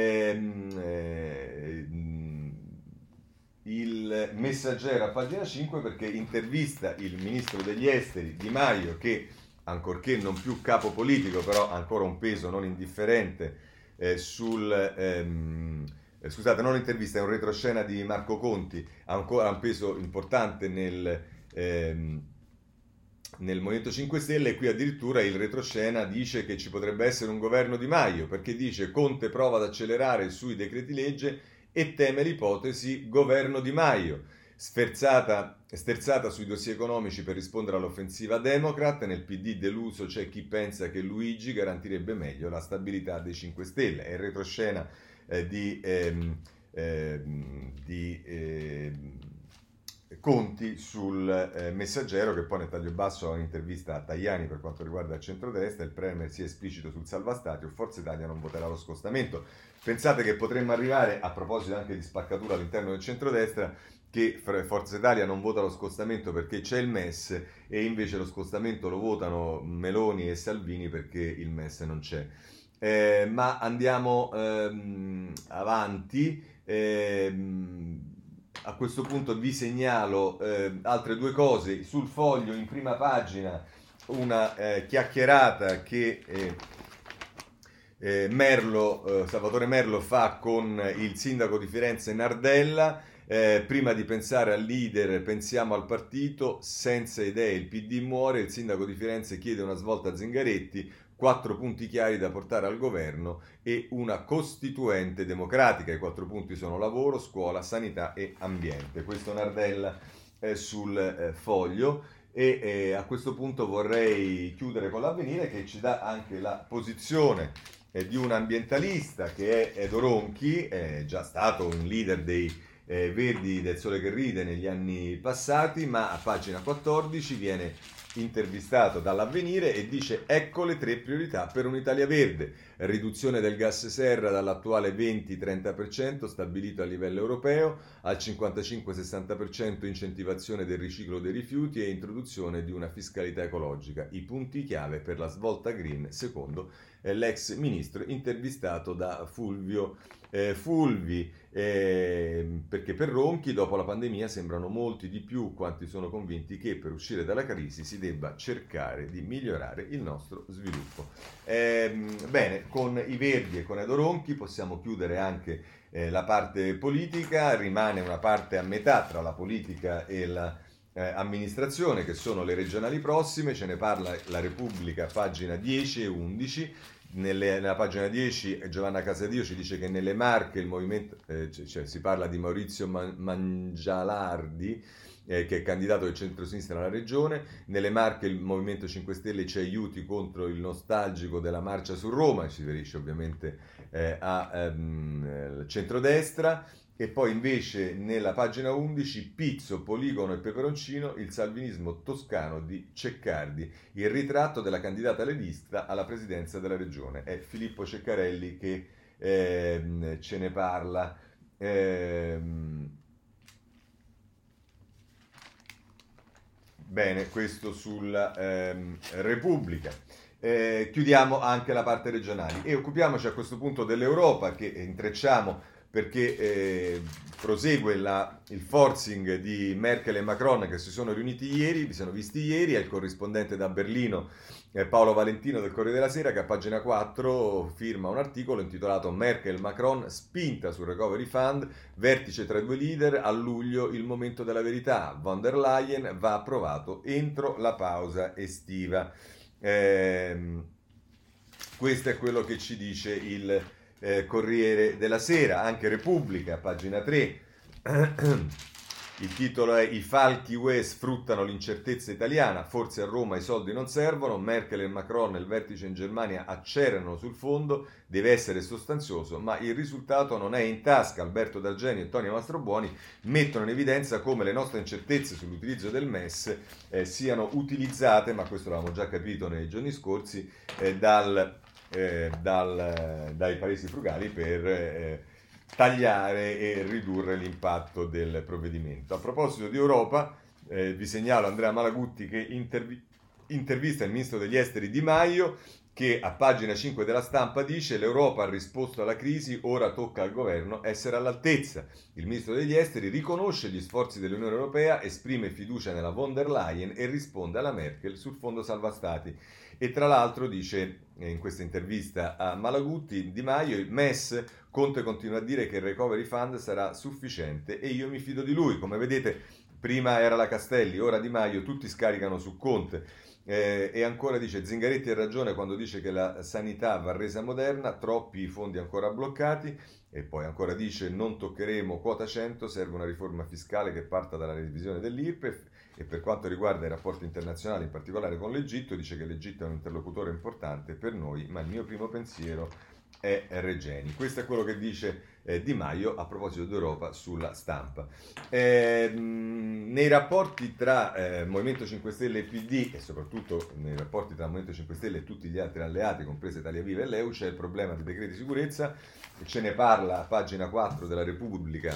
il Messaggero a pagina 5, perché intervista il ministro degli esteri Di Maio, che ancorché non più capo politico però ha ancora un peso non indifferente scusate, non intervista, è un retroscena di Marco Conti, ha ancora un peso importante nel Movimento 5 Stelle, e qui addirittura il retroscena dice che ci potrebbe essere un governo Di Maio, perché dice Conte prova ad accelerare sui decreti legge e teme l'ipotesi governo Di Maio. Sterzata sui dossier economici per rispondere all'offensiva Democrat, nel PD deluso c'è chi pensa che Luigi garantirebbe meglio la stabilità dei 5 Stelle. È il retroscena di Conti sul Messaggero, che poi nel taglio basso ha un'intervista a Tajani per quanto riguarda il centrodestra. Il Premier sia esplicito sul salva Stati, Forza Italia non voterà lo scostamento. Pensate che potremmo arrivare, a proposito anche di spaccatura all'interno del centrodestra, che Forza Italia non vota lo scostamento perché c'è il MES e invece lo scostamento lo votano Meloni e Salvini perché il MES non c'è. Ma andiamo avanti. A questo punto vi segnalo altre due cose. Sul Foglio in prima pagina una chiacchierata che Salvatore Merlo fa con il sindaco di Firenze Nardella. Prima di pensare al leader pensiamo al partito, senza idee il PD muore, il sindaco di Firenze chiede una svolta a Zingaretti, 4 punti chiari da portare al governo e una costituente democratica. I 4 punti sono lavoro, scuola, sanità e ambiente. Questo Nardella sul Foglio. E a questo punto vorrei chiudere con l'Avvenire, che ci dà anche la posizione di un ambientalista che è Edo Ronchi, è già stato un leader dei Verdi del Sole che Ride negli anni passati, ma a pagina 14 viene intervistato dall'Avvenire e dice: ecco le 3 priorità per un'Italia verde: riduzione del gas serra dall'attuale 20-30% stabilito a livello europeo al 55-60%, incentivazione del riciclo dei rifiuti e introduzione di una fiscalità ecologica, i punti chiave per la svolta green secondo l'ex ministro intervistato da Fulvio Fulvi, perché per Ronchi dopo la pandemia sembrano molti di più quanti sono convinti che per uscire dalla crisi si debba cercare di migliorare il nostro sviluppo. Bene, con i Verdi e con Edo Ronchi possiamo chiudere anche la parte politica, rimane una parte a metà tra la politica e la amministrazione, che sono le regionali prossime, ce ne parla la Repubblica, pagina 10 e 11. Nella pagina 10 Giovanna Casadio ci dice che nelle Marche il movimento, cioè si parla di Maurizio Mangialardi, che è candidato del centro-sinistra nella regione. Nelle Marche il Movimento 5 Stelle ci aiuti contro il nostalgico della marcia su Roma, si riferisce ovviamente al centrodestra. E poi invece nella pagina 11 Pizzo, Poligono e Peperoncino, il salvinismo toscano di Ceccardi, il ritratto della candidata leghista alla presidenza della regione. È Filippo Ceccarelli che ce ne parla. Bene, questo sulla Repubblica. Chiudiamo anche la parte regionale e occupiamoci a questo punto dell'Europa, che intrecciamo perché prosegue il forcing di Merkel e Macron, che si sono riuniti ieri, vi sono visti ieri. È il corrispondente da Berlino, Paolo Valentino del Corriere della Sera, che a pagina 4 firma un articolo intitolato Merkel-Macron, spinta sul recovery fund, vertice tra i due leader, a luglio il momento della verità, von der Leyen va approvato entro la pausa estiva. Questo è quello che ci dice il Corriere della Sera. Anche Repubblica, pagina 3. Il titolo è: i falchi UE sfruttano l'incertezza italiana, forse a Roma i soldi non servono, Merkel e Macron il vertice in Germania accelerano sul fondo, deve essere sostanzioso, ma il risultato non è in tasca. Alberto D'Argenio e Antonio Mastrobuoni mettono in evidenza come le nostre incertezze sull'utilizzo del MES siano utilizzate, ma questo l'avevamo già capito nei giorni scorsi, dai paesi frugali per tagliare e ridurre l'impatto del provvedimento. A proposito di Europa, vi segnalo Andrea Malagutti che intervista il ministro degli esteri Di Maio, che a pagina 5 della Stampa dice: l'Europa ha risposto alla crisi, ora tocca al governo essere all'altezza. Il ministro degli esteri riconosce gli sforzi dell'Unione Europea, esprime fiducia nella von der Leyen e risponde alla Merkel sul fondo salva stati. E tra l'altro dice in questa intervista a Malagutti Di Maio: il MES, Conte continua a dire che il recovery fund sarà sufficiente e io mi fido di lui. Come vedete, prima era la Castelli, ora Di Maio, tutti scaricano su Conte. E ancora dice: Zingaretti ha ragione quando dice che la sanità va resa moderna, troppi i fondi ancora bloccati. E poi ancora dice: non toccheremo quota 100, serve una riforma fiscale che parta dalla revisione dell'IRPEF. E per quanto riguarda i rapporti internazionali, in particolare con l'Egitto, dice che l'Egitto è un interlocutore importante per noi, ma il mio primo pensiero è Regeni. Questo è quello che dice Di Maio a proposito d'Europa sulla Stampa. Nei rapporti tra Movimento 5 Stelle e PD, e soprattutto nei rapporti tra Movimento 5 Stelle e tutti gli altri alleati, comprese Italia Viva e l'EU, c'è il problema dei decreti di sicurezza. Ce ne parla a pagina 4 della Repubblica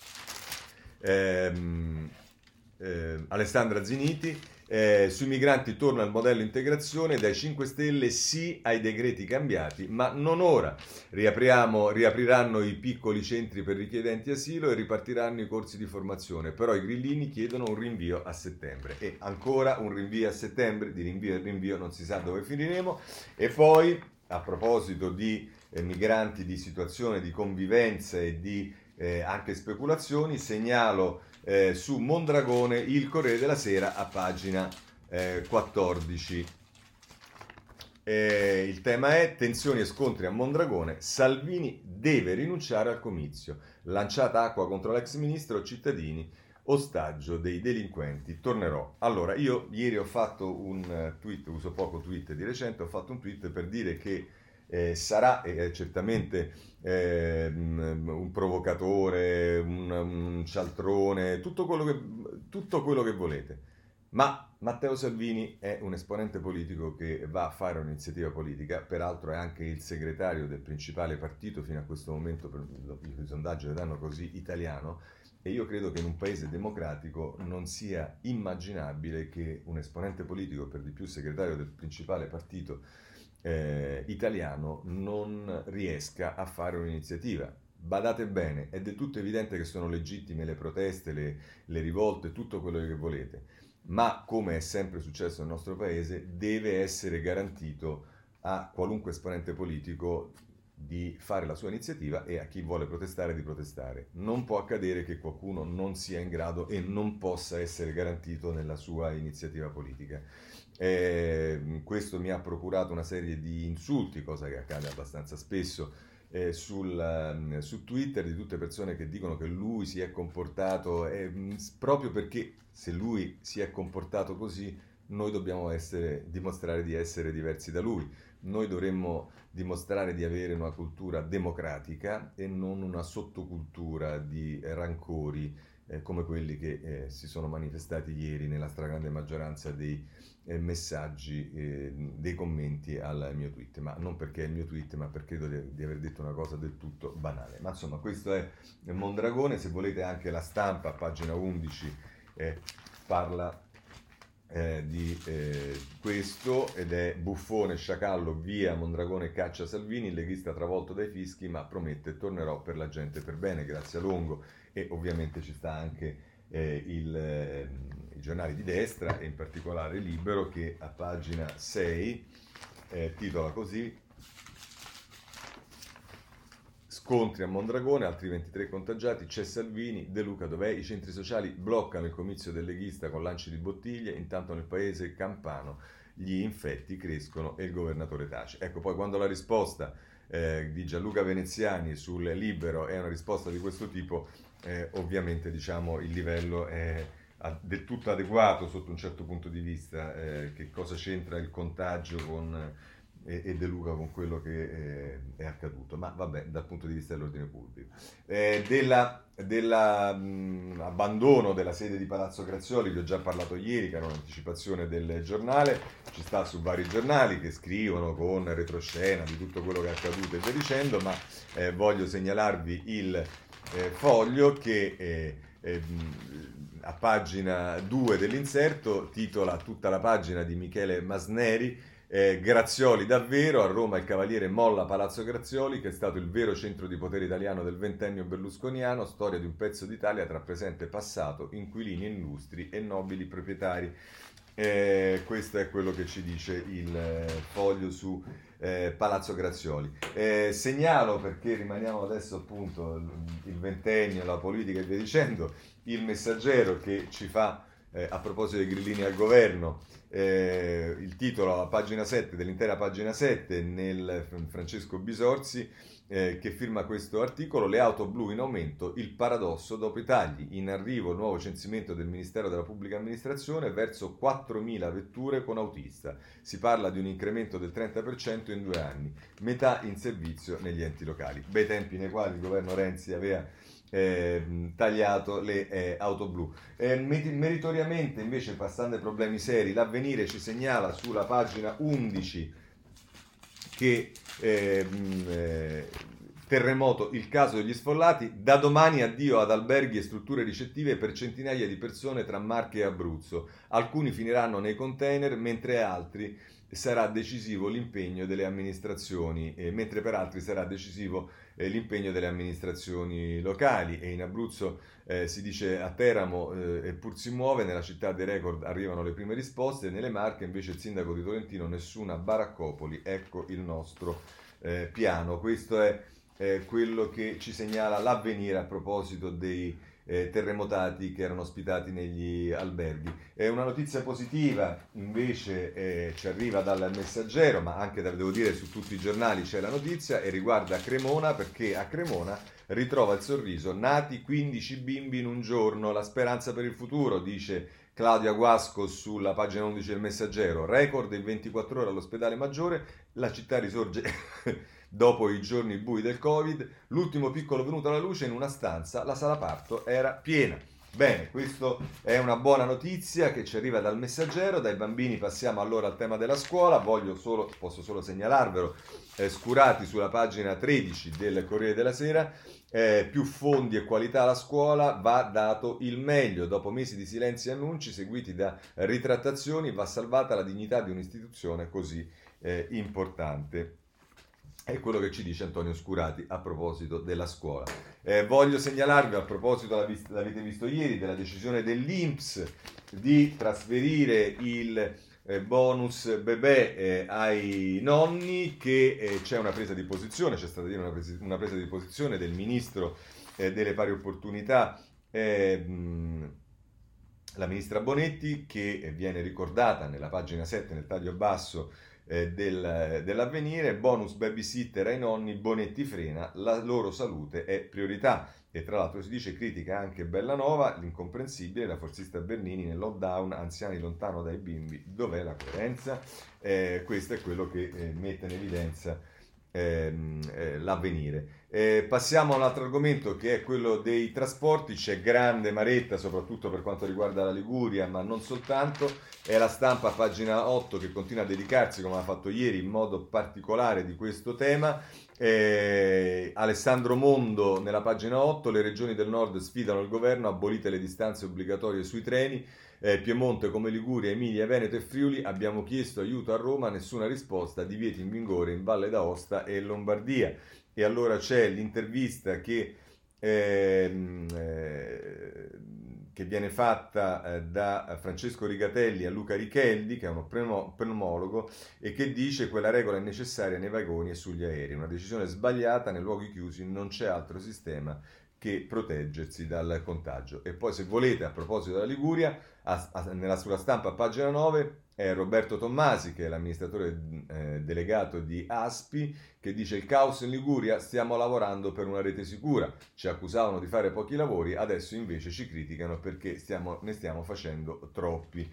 Alessandra Ziniti. Sui migranti torna il modello integrazione, dai 5 Stelle sì ai decreti cambiati, ma non ora. Riapriranno i piccoli centri per richiedenti asilo e ripartiranno i corsi di formazione, però i grillini chiedono un rinvio a settembre. E ancora un rinvio a settembre, di rinvio a rinvio non si sa dove finiremo. E poi, a proposito di migranti, di situazione di convivenza e di anche speculazioni, segnalo su Mondragone il Corriere della Sera a pagina 14. Il tema è: tensioni e scontri a Mondragone, Salvini deve rinunciare al comizio, lanciata acqua contro l'ex ministro, cittadini ostaggio dei delinquenti, tornerò. Allora, io ieri ho fatto un tweet, uso poco tweet di recente, ho fatto un tweet per dire che sarà certamente un provocatore, un cialtrone, tutto quello che volete, ma Matteo Salvini è un esponente politico che va a fare un'iniziativa politica, peraltro è anche il segretario del principale partito fino a questo momento, per i sondaggi le danno così, italiano, e io credo che in un paese democratico non sia immaginabile che un esponente politico, per di più segretario del principale partito italiano, non riesca a fare un'iniziativa. Badate bene, è del tutto evidente che sono legittime le proteste, le rivolte, tutto quello che volete, ma come è sempre successo nel nostro paese, deve essere garantito a qualunque esponente politico di fare la sua iniziativa e a chi vuole protestare di protestare. Non può accadere che qualcuno non sia in grado e non possa essere garantito nella sua iniziativa politica. Questo mi ha procurato una serie di insulti, cosa che accade abbastanza spesso su Twitter, di tutte persone che dicono che lui si è comportato proprio perché se lui si è comportato così noi dobbiamo dimostrare di essere diversi da lui. Noi dovremmo dimostrare di avere una cultura democratica e non una sottocultura di rancori come quelli che si sono manifestati ieri nella stragrande maggioranza dei messaggi, dei commenti al mio tweet, ma non perché è il mio tweet, ma perché credo di aver detto una cosa del tutto banale. Ma insomma, questo è Mondragone. Se volete anche La Stampa, pagina 11, parla di questo, ed è Buffone, sciacallo, via Mondragone, caccia Salvini, il leghista travolto dai fischi ma promette tornerò per la gente per bene, grazie a Longo. E ovviamente ci sta anche i giornali di destra e in particolare Libero, che a pagina 6 titola così: scontri a Mondragone, altri 23 contagiati, c'è Salvini, De Luca dov'è? I centri sociali bloccano il comizio del leghista con lanci di bottiglie, intanto nel paese campano gli infetti crescono e il governatore tace. Ecco, poi quando la risposta di Gianluca Veneziani sul Libero è una risposta di questo tipo, ovviamente diciamo il livello è del tutto adeguato sotto un certo punto di vista. Che cosa c'entra il contagio e De Luca con quello che è accaduto, ma vabbè, dal punto di vista dell'ordine pubblico. Dell'abbandono della sede di Palazzo Grazioli vi ho già parlato ieri, che era un'anticipazione del giornale, ci sta su vari giornali che scrivono con retroscena di tutto quello che è accaduto e via dicendo, ma voglio segnalarvi il Foglio che a pagina 2 dell'inserto titola tutta la pagina di Michele Masneri: Grazioli davvero, a Roma il cavaliere molla Palazzo Grazioli, che è stato il vero centro di potere italiano del ventennio berlusconiano, storia di un pezzo d'Italia tra presente e passato, inquilini illustri e nobili proprietari. Questo è quello che ci dice il Foglio su Palazzo Grazioli. Segnalo, perché rimaniamo adesso appunto il ventennio, la politica e via dicendo, il Messaggero che ci fa a proposito dei grillini al governo, il titolo a pagina 7, dell'intera pagina 7, nel Francesco Bisorzi, che firma questo articolo: le auto blu in aumento, il paradosso dopo i tagli, in arrivo il nuovo censimento del Ministero della Pubblica Amministrazione verso 4.000 vetture con autista, si parla di un incremento del 30% in 2 anni, metà in servizio negli enti locali. Bei tempi nei quali il governo Renzi aveva tagliato le auto blu. Meritoriamente invece, passando ai problemi seri, l'Avvenire ci segnala sulla pagina 11 che terremoto, il caso degli sfollati, da domani addio ad alberghi e strutture ricettive per centinaia di persone tra Marche e Abruzzo, alcuni finiranno nei container mentre altri sarà decisivo l'impegno delle amministrazioni, mentre per altri sarà decisivo l'impegno delle amministrazioni locali. E in Abruzzo si dice a Teramo eppur si muove, nella città dei record arrivano le prime risposte, nelle Marche invece il sindaco di Tolentino: nessuna baraccopoli, ecco il nostro piano. Questo è quello che ci segnala l'Avvenire a proposito dei terremotati che erano ospitati negli alberghi. Una notizia positiva invece ci arriva dal Messaggero, ma anche devo dire su tutti i giornali c'è la notizia, e riguarda Cremona, perché a Cremona ritrova il sorriso, nati 15 bimbi in un giorno, la speranza per il futuro, dice Claudia Guasco sulla pagina 11 del Messaggero. Record in 24 ore all'ospedale Maggiore, la città risorge dopo i giorni bui del Covid, l'ultimo piccolo venuto alla luce in una stanza, la sala parto era piena. Bene, questa è una buona notizia che ci arriva dal Messaggero. Dai bambini passiamo allora al tema della scuola. Posso solo segnalarvelo, Scurati sulla pagina 13 del Corriere della Sera: più fondi e qualità alla scuola, va dato il meglio. Dopo mesi di silenzi e annunci seguiti da ritrattazioni, va salvata la dignità di un'istituzione così importante. è quello che ci dice Antonio Scurati a proposito della scuola. Voglio segnalarvi, a proposito, l'avete visto ieri, della decisione dell'INPS di trasferire il bonus bebè ai nonni, che c'è una presa di posizione, c'è stata una presa di posizione del ministro delle pari opportunità, la ministra Bonetti, che viene ricordata nella pagina 7, nel taglio basso dell'Avvenire. Bonus babysitter ai nonni, Bonetti frena, la loro salute è priorità. E tra l'altro si dice, critica anche Bellanova, l'incomprensibile, la forzista Bernini nel lockdown, anziani lontano dai bimbi, dov'è la coerenza? Questo è quello che mette in evidenza l'Avvenire. Passiamo a un altro argomento, che è quello dei trasporti. C'è grande maretta soprattutto per quanto riguarda la Liguria, ma non soltanto. È la Stampa, pagina 8, che continua a dedicarsi, come ha fatto ieri, in modo particolare di questo tema. Alessandro Mondo nella pagina 8: le regioni del nord sfidano il governo, abolite le distanze obbligatorie sui treni. Piemonte come Liguria, Emilia, Veneto e Friuli, abbiamo chiesto aiuto a Roma, nessuna risposta, divieti in vigore in Valle d'Aosta e Lombardia. E allora c'è l'intervista che viene fatta da Francesco Rigatelli a Luca Richeldi, che è uno pneumologo, e che dice: quella regola è necessaria nei vagoni e sugli aerei, una decisione sbagliata, nei luoghi chiusi non c'è altro sistema che proteggersi dal contagio. E poi, se volete, a proposito della Liguria, sulla Stampa, pagina 9, è Roberto Tommasi, che è l'amministratore delegato di Aspi, che dice: il caos in Liguria, stiamo lavorando per una rete sicura, ci accusavano di fare pochi lavori, adesso invece ci criticano perché ne stiamo facendo troppi.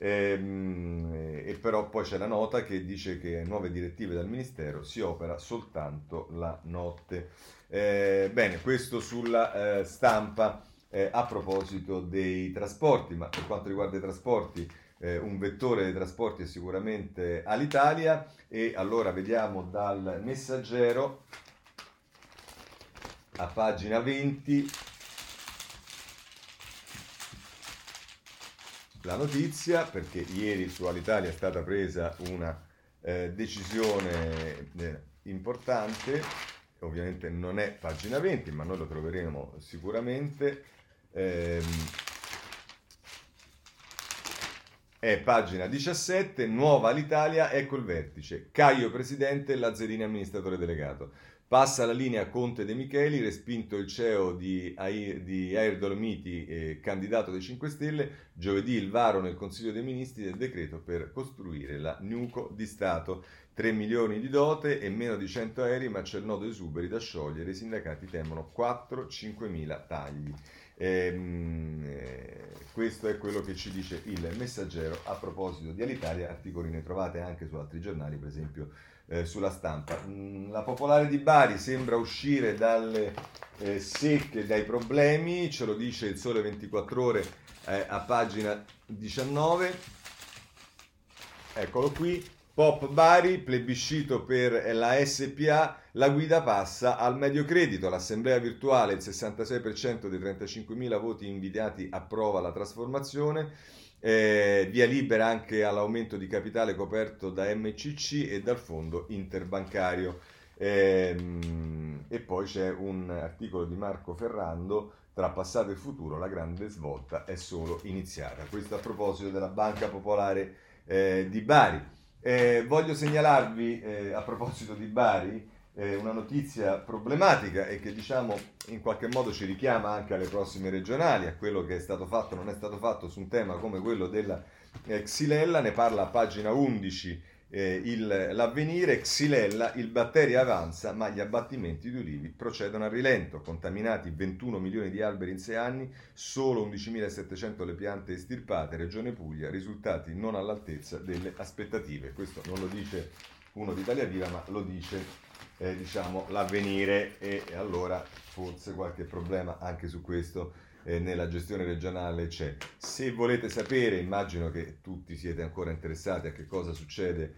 E però poi c'è la nota che dice che nuove direttive dal Ministero, si opera soltanto la notte. Bene, questo sulla Stampa a proposito dei trasporti. Ma per quanto riguarda i trasporti, un vettore dei trasporti è sicuramente Alitalia. E allora vediamo dal Messaggero, a pagina 20, la notizia, perché ieri su Alitalia è stata presa una decisione importante. Ovviamente non è pagina 20, ma noi lo troveremo sicuramente. È pagina 17, nuova Alitalia, ecco il vertice. Caio presidente, Lazzarini amministratore delegato. Passa la linea Conte De Micheli, respinto il CEO di Air Dolomiti, candidato dei 5 Stelle. Giovedì il varo nel Consiglio dei Ministri del decreto per costruire la Nuco di Stato. 3 milioni di dote e meno di 100 aerei, ma c'è il nodo esuberi da sciogliere. I sindacati temono 4-5 mila tagli. Questo è quello che ci dice il Messaggero a proposito di Alitalia. Articoli ne trovate anche su altri giornali, per esempio sulla Stampa. La Popolare di Bari sembra uscire dalle secche, dai problemi, ce lo dice il Sole 24 Ore a pagina 19. Eccolo qui. Pop Bari, plebiscito per la SPA, la guida passa al medio credito, l'assemblea virtuale, il 66% dei 35.000 voti invidiati approva la trasformazione, via libera anche all'aumento di capitale coperto da MCC e dal fondo interbancario. E poi c'è un articolo di Marco Ferrando: tra passato e futuro la grande svolta è solo iniziata. Questo a proposito della Banca Popolare di Bari. Voglio segnalarvi a proposito di Bari una notizia problematica e che, diciamo, in qualche modo ci richiama anche alle prossime regionali, a quello che è stato fatto o non è stato fatto su un tema come quello della Xylella. Ne parla a pagina 11 l'Avvenire. Xylella, il batterio avanza ma gli abbattimenti di ulivi procedono a rilento, contaminati 21 milioni di alberi in 6 anni, solo 11.700 le piante estirpate. Regione Puglia, risultati non all'altezza delle aspettative. Questo non lo dice uno di Italia Viva, ma lo dice diciamo l'Avvenire. E allora forse qualche problema anche su questo nella gestione regionale c'è. Se volete sapere, immagino che tutti siete ancora interessati a che cosa succede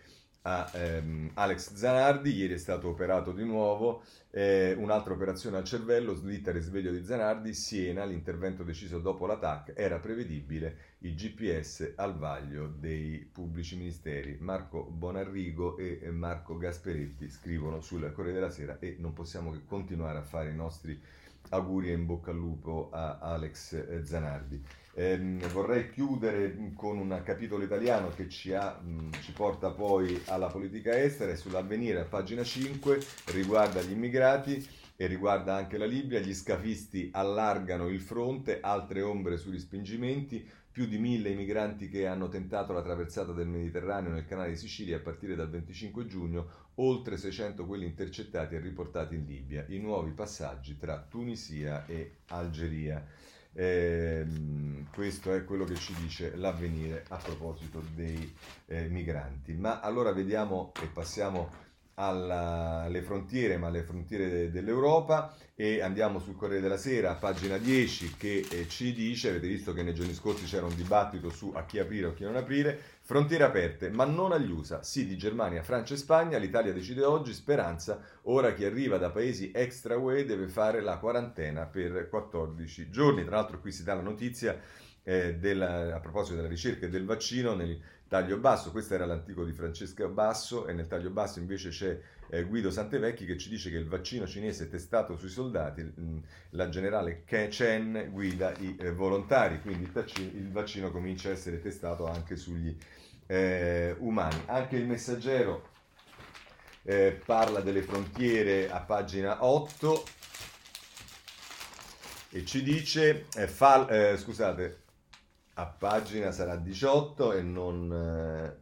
a Alex Zanardi. Ieri è stato operato di nuovo, un'altra operazione al cervello, slitta e risveglio di Zanardi. Siena, l'intervento deciso dopo l'attacco, era prevedibile, il GPS al vaglio dei pubblici ministeri. Marco Bonarrigo e Marco Gasperetti scrivono sul Corriere della Sera, e non possiamo che continuare a fare i nostri auguri e in bocca al lupo a Alex Zanardi. Vorrei chiudere con un capitolo italiano che ci porta poi alla politica estera, e sull'Avvenire a pagina 5 riguarda gli immigrati e riguarda anche la Libia. Gli scafisti allargano il fronte, altre ombre sui respingimenti, più di 1000 i migranti che hanno tentato la traversata del Mediterraneo nel canale di Sicilia a partire dal 25 giugno, oltre 600 quelli intercettati e riportati in Libia, i nuovi passaggi tra Tunisia e Algeria. Questo è quello che ci dice l'Avvenire a proposito dei migranti. Ma allora vediamo e passiamo alle frontiere, ma alle frontiere dell'Europa, e andiamo sul Corriere della Sera a pagina 10 che ci dice, avete visto che nei giorni scorsi c'era un dibattito su a chi aprire o a chi non aprire, frontiere aperte ma non agli USA, sì di Germania, Francia e Spagna, l'Italia decide oggi, speranza, ora chi arriva da paesi extra UE deve fare la quarantena per 14 giorni. Tra l'altro qui si dà la notizia a proposito della ricerca del vaccino nel taglio basso. Questo era l'antico di Francesca Basso, e nel taglio basso invece c'è Guido Santevecchi che ci dice che il vaccino cinese testato sui soldati, la generale Chen guida i volontari, quindi il vaccino comincia a essere testato anche sugli umani. Anche il Messaggero parla delle frontiere a pagina 8 e ci dice, scusate, a pagina sarà 18 e non...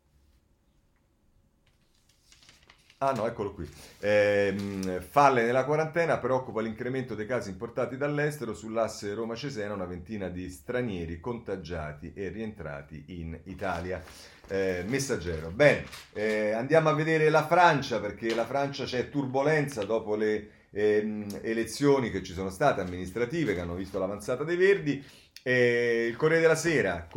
Ah no, eccolo qui. Falle nella quarantena, preoccupa l'incremento dei casi importati dall'estero. Sull'asse Roma-Cesena una ventina di stranieri contagiati e rientrati in Italia. Messaggero. Bene, andiamo a vedere la Francia, perché la Francia c'è turbolenza dopo le elezioni che ci sono state amministrative, che hanno visto l'avanzata dei Verdi. Il Corriere della Sera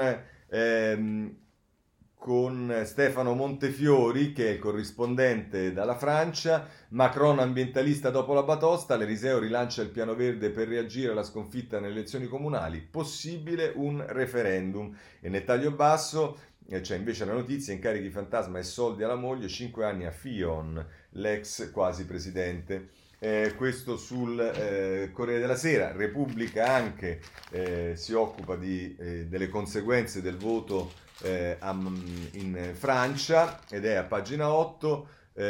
con Stefano Montefiori, che è il corrispondente dalla Francia. Macron ambientalista dopo la batosta, l'Eliseo rilancia il piano verde per reagire alla sconfitta nelle elezioni comunali, possibile un referendum. E nel taglio basso c'è invece la notizia, incarichi fantasma e soldi alla moglie, 5 anni a Fillon, l'ex quasi presidente. Questo sul Corriere della Sera. Repubblica anche si occupa delle conseguenze del voto in Francia, ed è a pagina 8.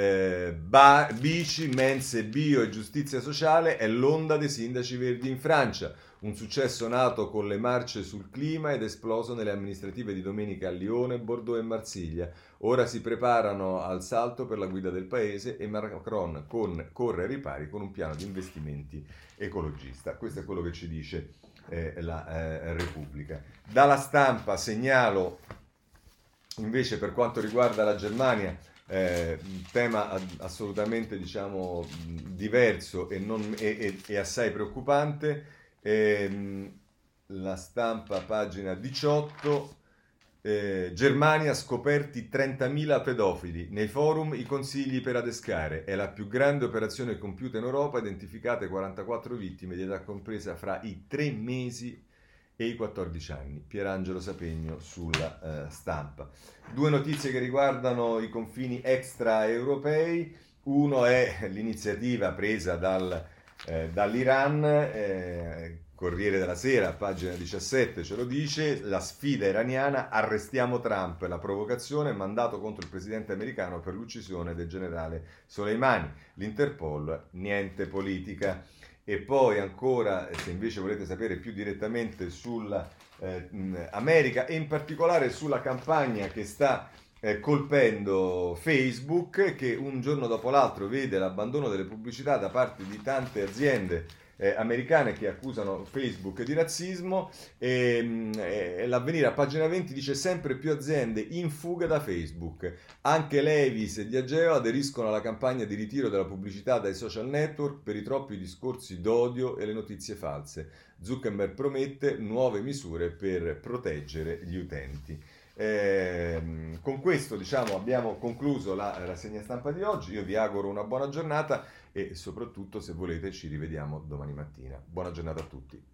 Bici, mense, bio e giustizia sociale è l'onda dei sindaci verdi in Francia, un successo nato con le marce sul clima ed esploso nelle amministrative di domenica a Lione, Bordeaux e Marsiglia. Ora si preparano al salto per la guida del paese e Macron corre ai ripari con un piano di investimenti ecologista. Questo è quello che ci dice la Repubblica. Dalla Stampa segnalo invece, per quanto riguarda la Germania, un tema assolutamente diverso e assai preoccupante. La Stampa pagina 18. Germania scoperti 30.000 pedofili, nei forum i consigli per adescare, è la più grande operazione compiuta in Europa, identificate 44 vittime di età compresa fra i 3 mesi e i 14 anni. Pierangelo Sapegno sulla Stampa. Due notizie che riguardano i confini extraeuropei. Uno è l'iniziativa presa dall'Iran, Corriere della Sera, pagina 17 ce lo dice, la sfida iraniana, arrestiamo Trump, la provocazione, mandato contro il presidente americano per l'uccisione del generale Soleimani, l'Interpol, niente politica. E poi ancora, se invece volete sapere più direttamente sulla America e in particolare sulla campagna che sta colpendo Facebook, che un giorno dopo l'altro vede l'abbandono delle pubblicità da parte di tante aziende americane che accusano Facebook di razzismo. L'Avvenire a pagina 20 dice sempre più aziende in fuga da Facebook, anche Levi's e Diageo aderiscono alla campagna di ritiro della pubblicità dai social network per i troppi discorsi d'odio e le notizie false. Zuckerberg promette nuove misure per proteggere gli utenti. Con questo, diciamo, abbiamo concluso la rassegna stampa di oggi. Io vi auguro una buona giornata e soprattutto, se volete, ci rivediamo domani mattina. Buona giornata a tutti.